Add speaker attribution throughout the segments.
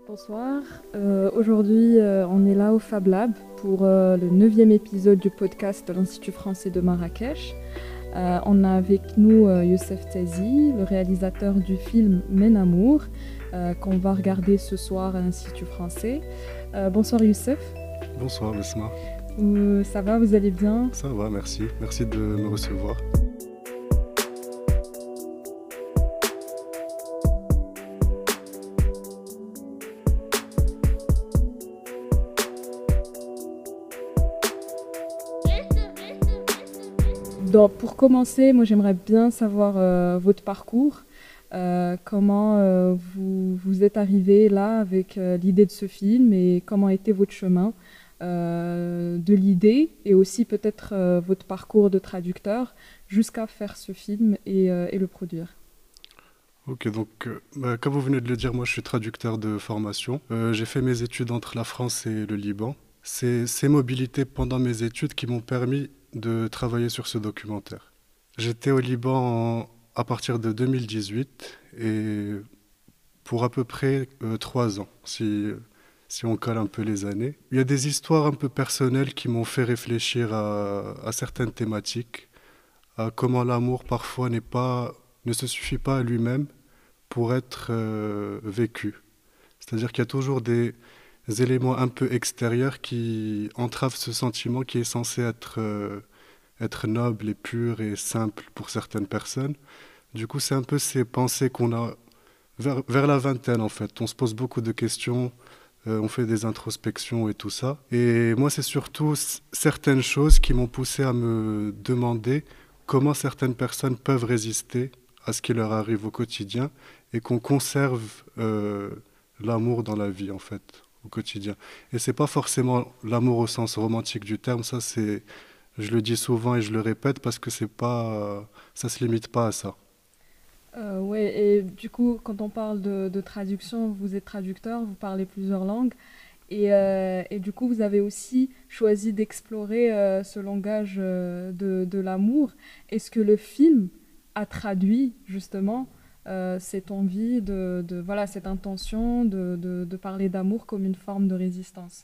Speaker 1: Bonsoir. Aujourd'hui, on est là au Fab Lab pour le 9e épisode du podcast de l'Institut français de Marrakech. On a avec nous Youssef Tazi, le réalisateur du film Men Amour, qu'on va regarder ce soir à l'Institut français. Bonsoir Youssef.
Speaker 2: Bonsoir Besma.
Speaker 1: Ça va, vous allez bien?
Speaker 2: Ça va, merci. Merci de me recevoir.
Speaker 1: Donc, pour commencer, moi j'aimerais bien savoir votre parcours. Comment vous êtes arrivé là avec l'idée de ce film et comment était votre chemin de l'idée et aussi peut-être votre parcours de traducteur jusqu'à faire ce film et le produire.
Speaker 2: Ok, donc comme vous venez de le dire, moi je suis traducteur de formation. J'ai fait mes études entre la France et le Liban. C'est ces mobilités pendant mes études qui m'ont permis de travailler sur ce documentaire. J'étais au Liban à partir de 2018 et pour à peu près 3 ans, si on colle un peu les années. Il y a des histoires un peu personnelles qui m'ont fait réfléchir à certaines thématiques, à comment l'amour parfois ne se suffit pas à lui-même pour être vécu. C'est-à-dire qu'il y a toujours des éléments un peu extérieurs qui entravent ce sentiment qui est censé être noble et pur et simple pour certaines personnes. Du coup, c'est un peu ces pensées qu'on a vers la vingtaine en fait. On se pose beaucoup de questions, on fait des introspections et tout ça. Et moi, c'est surtout certaines choses qui m'ont poussé à me demander comment certaines personnes peuvent résister à ce qui leur arrive au quotidien et qu'on conserve l'amour dans la vie en fait, au quotidien. Et c'est pas forcément l'amour au sens romantique du terme, ça c'est, je le dis souvent et je le répète parce que c'est pas, ça se limite pas à ça.
Speaker 1: Ouais, et du coup, quand on parle de traduction, vous êtes traducteur, vous parlez plusieurs langues, et du coup, vous avez aussi choisi d'explorer ce langage de l'amour. Est-ce que le film a traduit justement cette envie voilà, cette intention de parler d'amour comme une forme de résistance?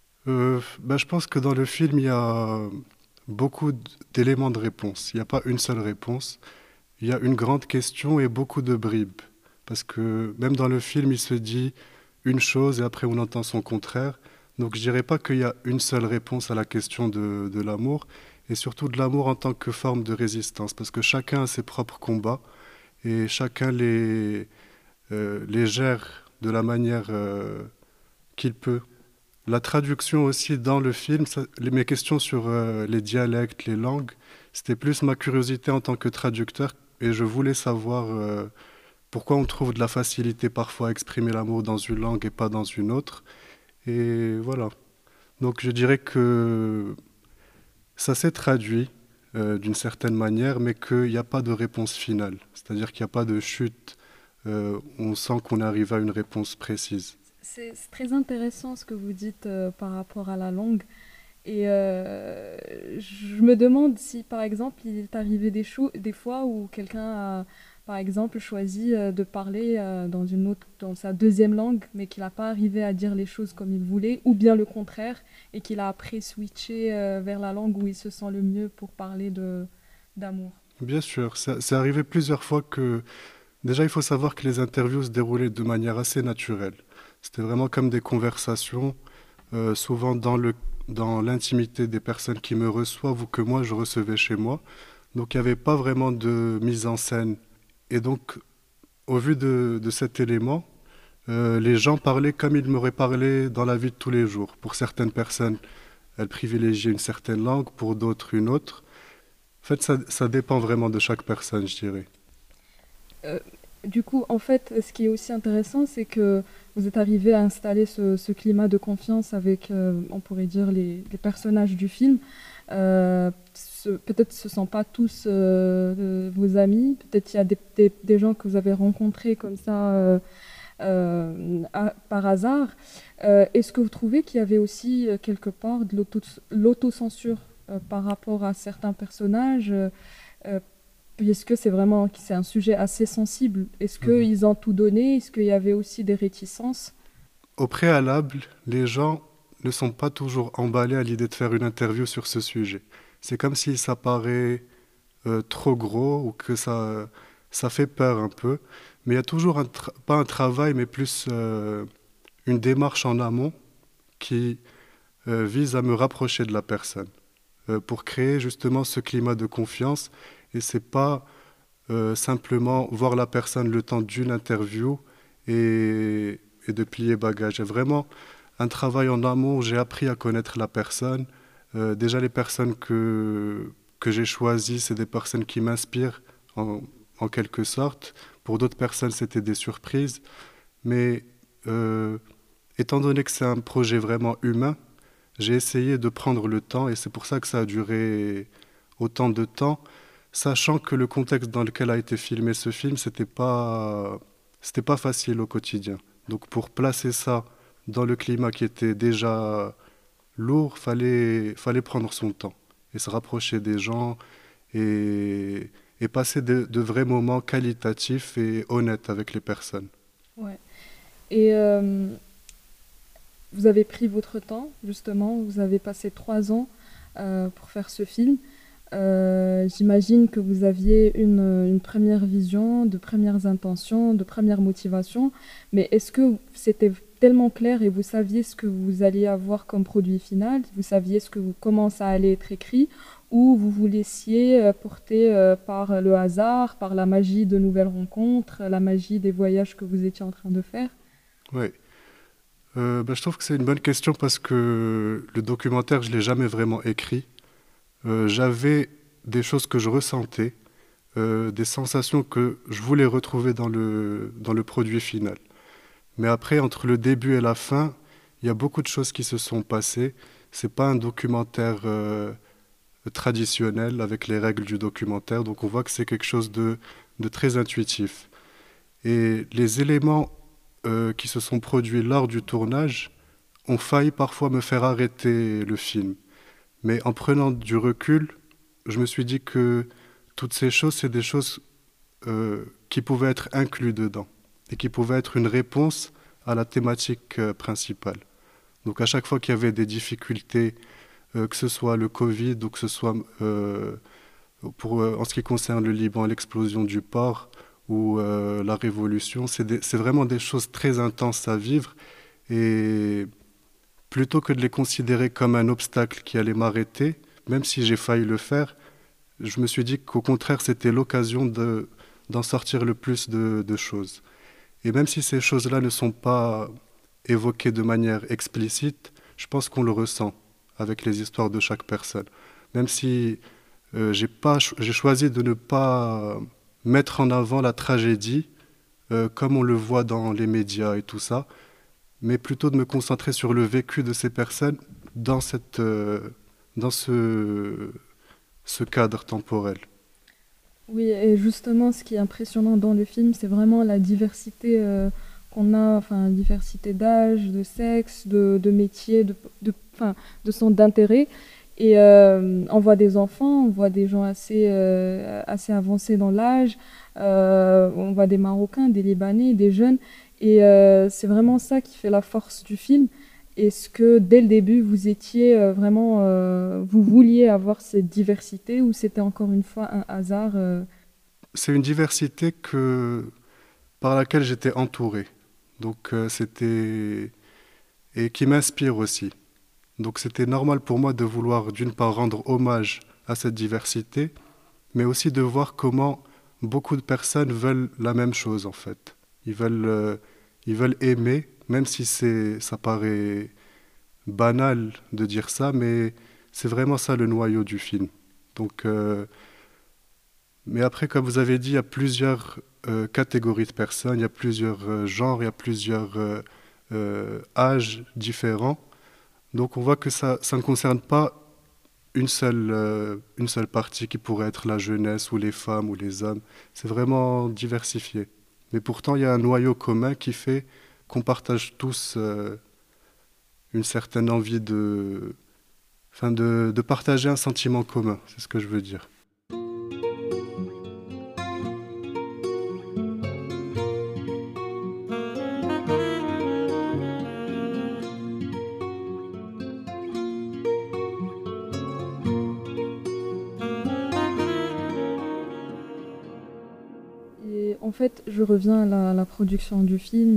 Speaker 2: Je pense que dans le film, il y a beaucoup d'éléments de réponse. Il n'y a pas une seule réponse. Il y a une grande question et beaucoup de bribes. Parce que même dans le film, il se dit une chose et après on entend son contraire. Donc je dirais pas qu'il y a une seule réponse à la question de l'amour et surtout de l'amour en tant que forme de résistance. Parce que chacun a ses propres combats et chacun les gère de la manière qu'il peut. La traduction aussi dans le film, mes questions sur les dialectes, les langues, c'était plus ma curiosité en tant que traducteur et je voulais savoir pourquoi on trouve de la facilité parfois à exprimer l'amour dans une langue et pas dans une autre. Et voilà. Donc je dirais que ça s'est traduit d'une certaine manière, mais qu'il n'y a pas de réponse finale. C'est-à-dire qu'il n'y a pas de chute. On sent qu'on arrive à une réponse précise.
Speaker 1: C'est très intéressant ce que vous dites par rapport à la langue. Et je me demande si, par exemple, il est arrivé des fois où quelqu'un a, par exemple, choisi de parler dans sa deuxième langue, mais qu'il n'a pas arrivé à dire les choses comme il voulait, ou bien le contraire, et qu'il a après switché vers la langue où il se sent le mieux pour parler d'amour.
Speaker 2: Bien sûr, c'est arrivé plusieurs fois que... Déjà, il faut savoir que les interviews se déroulaient de manière assez naturelle. C'était vraiment comme des conversations, souvent dans l'intimité des personnes qui me reçoivent ou que moi je recevais chez moi. Donc il n'y avait pas vraiment de mise en scène. Et donc, au vu de cet élément, les gens parlaient comme ils m'auraient parlé dans la vie de tous les jours. Pour certaines personnes, elles privilégiaient une certaine langue, pour d'autres une autre. En fait, ça dépend vraiment de chaque personne, je dirais.
Speaker 1: Euh, du coup, en fait, ce qui est aussi intéressant, c'est que vous êtes arrivé à installer ce climat de confiance avec, on pourrait dire, les personnages du film. Peut-être ce ne sont pas tous vos amis, peut-être il y a des gens que vous avez rencontrés comme ça par hasard. Est-ce que vous trouvez qu'il y avait aussi quelque part de l'autocensure par rapport à certains personnages est-ce que c'est un sujet assez sensible? Est-ce qu'ils ont tout donné? Est-ce qu'il y avait aussi des réticences?
Speaker 2: au préalable, les gens ne sont pas toujours emballés à l'idée de faire une interview sur ce sujet. C'est comme si ça paraît trop gros ou que ça fait peur un peu. Mais il y a toujours pas un travail, mais plus une démarche en amont qui vise à me rapprocher de la personne pour créer justement ce climat de confiance. Et c'est pas simplement voir la personne le temps d'une interview et de plier bagage. Il y a vraiment un travail en amont où j'ai appris à connaître la personne. Déjà, les personnes que j'ai choisies, c'est des personnes qui m'inspirent en quelque sorte. Pour d'autres personnes, c'était des surprises. Mais euh, étant donné que c'est un projet vraiment humain, j'ai essayé de prendre le temps et c'est pour ça que ça a duré autant de temps, sachant que le contexte dans lequel a été filmé ce film, c'était pas facile au quotidien. Donc pour placer ça dans le climat qui était déjà lourd, fallait prendre son temps et se rapprocher des gens et passer de vrais moments qualitatifs et honnêtes avec les personnes.
Speaker 1: Ouais. Et vous avez pris votre temps, justement, vous avez passé 3 ans pour faire ce film. J'imagine que vous aviez une première vision, de premières intentions, de premières motivations, mais est-ce que c'était tellement clair et vous saviez ce que vous alliez avoir comme produit final, vous saviez comment ça allait être écrit, ou vous vous laissiez porter par le hasard, par la magie de nouvelles rencontres, la magie des voyages que vous étiez en train de faire?
Speaker 2: Ouais. Je trouve que c'est une bonne question parce que le documentaire, je l'ai jamais vraiment écrit. J'avais des choses que je ressentais, des sensations que je voulais retrouver dans le produit final. Mais après, entre le début et la fin, il y a beaucoup de choses qui se sont passées. C'est pas un documentaire traditionnel avec les règles du documentaire, donc on voit que c'est quelque chose de très intuitif. Et les éléments qui se sont produits lors du tournage ont failli parfois me faire arrêter le film. Mais en prenant du recul, je me suis dit que toutes ces choses, c'est des choses qui pouvaient être incluses dedans et qui pouvaient être une réponse à la thématique principale. Donc à chaque fois qu'il y avait des difficultés, que ce soit le Covid ou que ce soit en ce qui concerne le Liban, l'explosion du port ou la révolution, c'est vraiment des choses très intenses à vivre et plutôt que de les considérer comme un obstacle qui allait m'arrêter, même si j'ai failli le faire, je me suis dit qu'au contraire, c'était l'occasion d'en sortir le plus de choses. Et même si ces choses-là ne sont pas évoquées de manière explicite, je pense qu'on le ressent avec les histoires de chaque personne. Même si j'ai choisi de ne pas mettre en avant la tragédie, comme on le voit dans les médias et tout ça, mais plutôt de me concentrer sur le vécu de ces personnes dans dans ce cadre temporel.
Speaker 1: Oui, et justement, ce qui est impressionnant dans le film, c'est vraiment la diversité qu'on a, enfin, diversité d'âge, de sexe, de métier, enfin, de centre d'intérêt. Et on voit des enfants, on voit des gens assez avancés dans l'âge, on voit des Marocains, des Libanais, des jeunes. Et c'est vraiment ça qui fait la force du film. Est-ce que dès le début, vous étiez vraiment, vous vouliez avoir cette diversité ou c'était encore une fois un hasard
Speaker 2: C'est une diversité par laquelle j'étais entouré. Donc et qui m'inspire aussi. Donc c'était normal pour moi de vouloir d'une part rendre hommage à cette diversité, mais aussi de voir comment beaucoup de personnes veulent la même chose en fait. Ils veulent aimer, même si ça paraît banal de dire ça, mais c'est vraiment ça le noyau du film. Donc, mais après, comme vous avez dit, il y a plusieurs catégories de personnes, il y a plusieurs genres, il y a plusieurs âges différents. Donc on voit que ça ne concerne pas une seule partie qui pourrait être la jeunesse ou les femmes ou les hommes. C'est vraiment diversifié. Mais pourtant, il y a un noyau commun qui fait qu'on partage tous une certaine envie de partager un sentiment commun. C'est ce que je veux dire.
Speaker 1: fait, je reviens à la production du film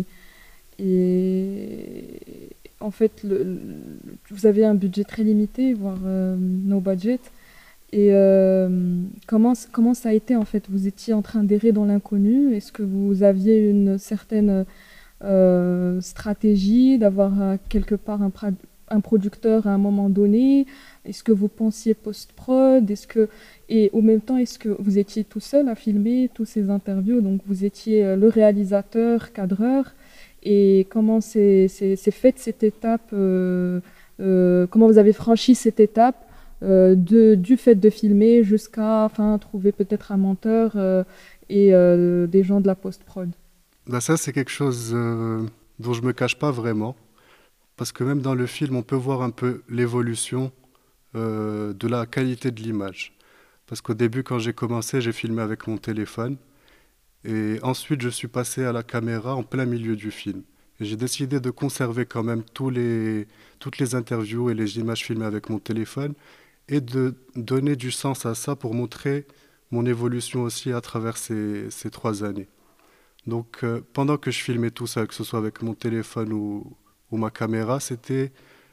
Speaker 1: et en fait, vous avez un budget très limité, voire no budget. Et comment ça a été en fait? Vous étiez en train d'errer dans l'inconnu? Est-ce que vous aviez une certaine stratégie d'avoir quelque part un producteur à un moment donné? Est-ce que vous pensiez post-prod? Et au même temps, est-ce que vous étiez tout seul à filmer tous ces interviews? Donc vous étiez le réalisateur, cadreur. Et comment s'est faite cette étape? Comment vous avez franchi cette étape du fait de filmer jusqu'à enfin, trouver peut-être un monteur et des gens de la post-prod?
Speaker 2: Bah ça, c'est quelque chose dont je me cache pas vraiment, parce que même dans le film, on peut voir un peu l'évolution de la qualité de l'image. Parce qu'au début, quand j'ai commencé, j'ai filmé avec mon téléphone, et ensuite, je suis passé à la caméra en plein milieu du film. Et j'ai décidé de conserver quand même toutes les interviews et les images filmées avec mon téléphone, et de donner du sens à ça pour montrer mon évolution aussi à travers ces 3 années. Donc pendant que je filmais tout ça, que ce soit avec mon téléphone ou ma caméra, c'était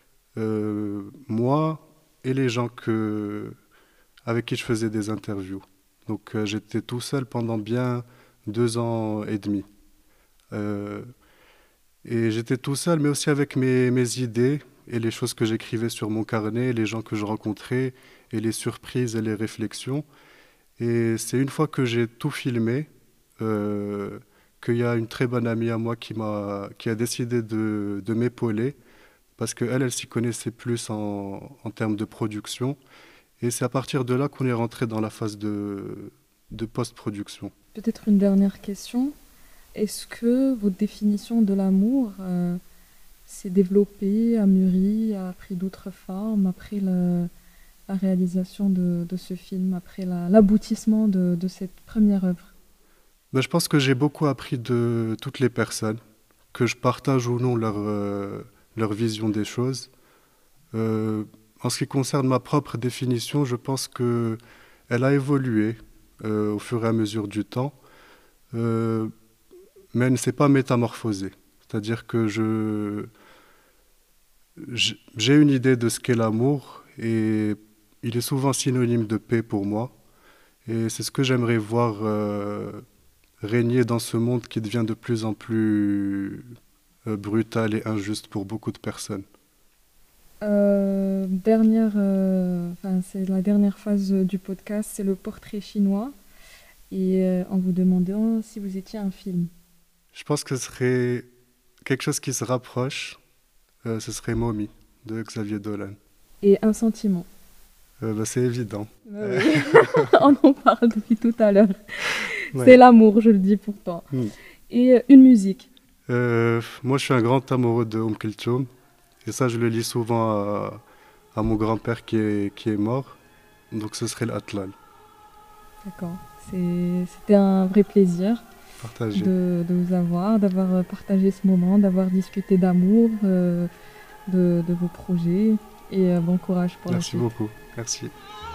Speaker 2: moi et les gens avec qui je faisais des interviews. Donc j'étais tout seul pendant bien 2 ans et demi. Euh, et j'étais tout seul, mais aussi avec mes idées et les choses que j'écrivais sur mon carnet, les gens que je rencontrais, et les surprises et les réflexions. Et c'est une fois que j'ai tout filmé, euh, qu'il y a une très bonne amie à moi qui a décidé de m'épauler, parce qu'elle, elle s'y connaissait plus en termes de production. Et c'est à partir de là qu'on est rentré dans la phase de post-production.
Speaker 1: Peut-être une dernière question. Est-ce que votre définition de l'amour s'est développée, a mûri, a pris d'autres formes après la réalisation de ce film, après l'aboutissement de cette première œuvre?
Speaker 2: Ben, je pense que j'ai beaucoup appris de toutes les personnes, que je partage ou non leur vision des choses. Euh, En ce qui concerne ma propre définition, je pense que elle a évolué au fur et à mesure du temps, euh, mais elle ne s'est pas métamorphosée. C'est-à-dire que j'ai une idée de ce qu'est l'amour et il est souvent synonyme de paix pour moi. Et c'est ce que j'aimerais voir régner dans ce monde qui devient de plus en plus brutal et injuste pour beaucoup de personnes.
Speaker 1: Enfin, c'est la dernière phase du podcast, c'est le portrait chinois. Et en vous demandant si vous étiez un film.
Speaker 2: Je pense que ce serait quelque chose qui se rapproche, ce serait Mommy de Xavier Dolan.
Speaker 1: Et un sentiment.
Speaker 2: Bah, c'est évident.
Speaker 1: Oui. On en parle depuis tout à l'heure. C'est
Speaker 2: Ouais.
Speaker 1: l'amour, je le dis pourtant.
Speaker 2: Mm.
Speaker 1: Et une musique.
Speaker 2: Moi, je suis un grand amoureux de Kulthum. Et ça, je le lis souvent à mon grand-père qui est mort. Donc, ce serait l'Atlal.
Speaker 1: D'accord. C'était un vrai plaisir
Speaker 2: Partagé.
Speaker 1: de vous avoir, d'avoir partagé ce moment, d'avoir discuté d'amour, de vos projets. Et bon courage pour la
Speaker 2: Merci
Speaker 1: suite.
Speaker 2: beaucoup. Merci.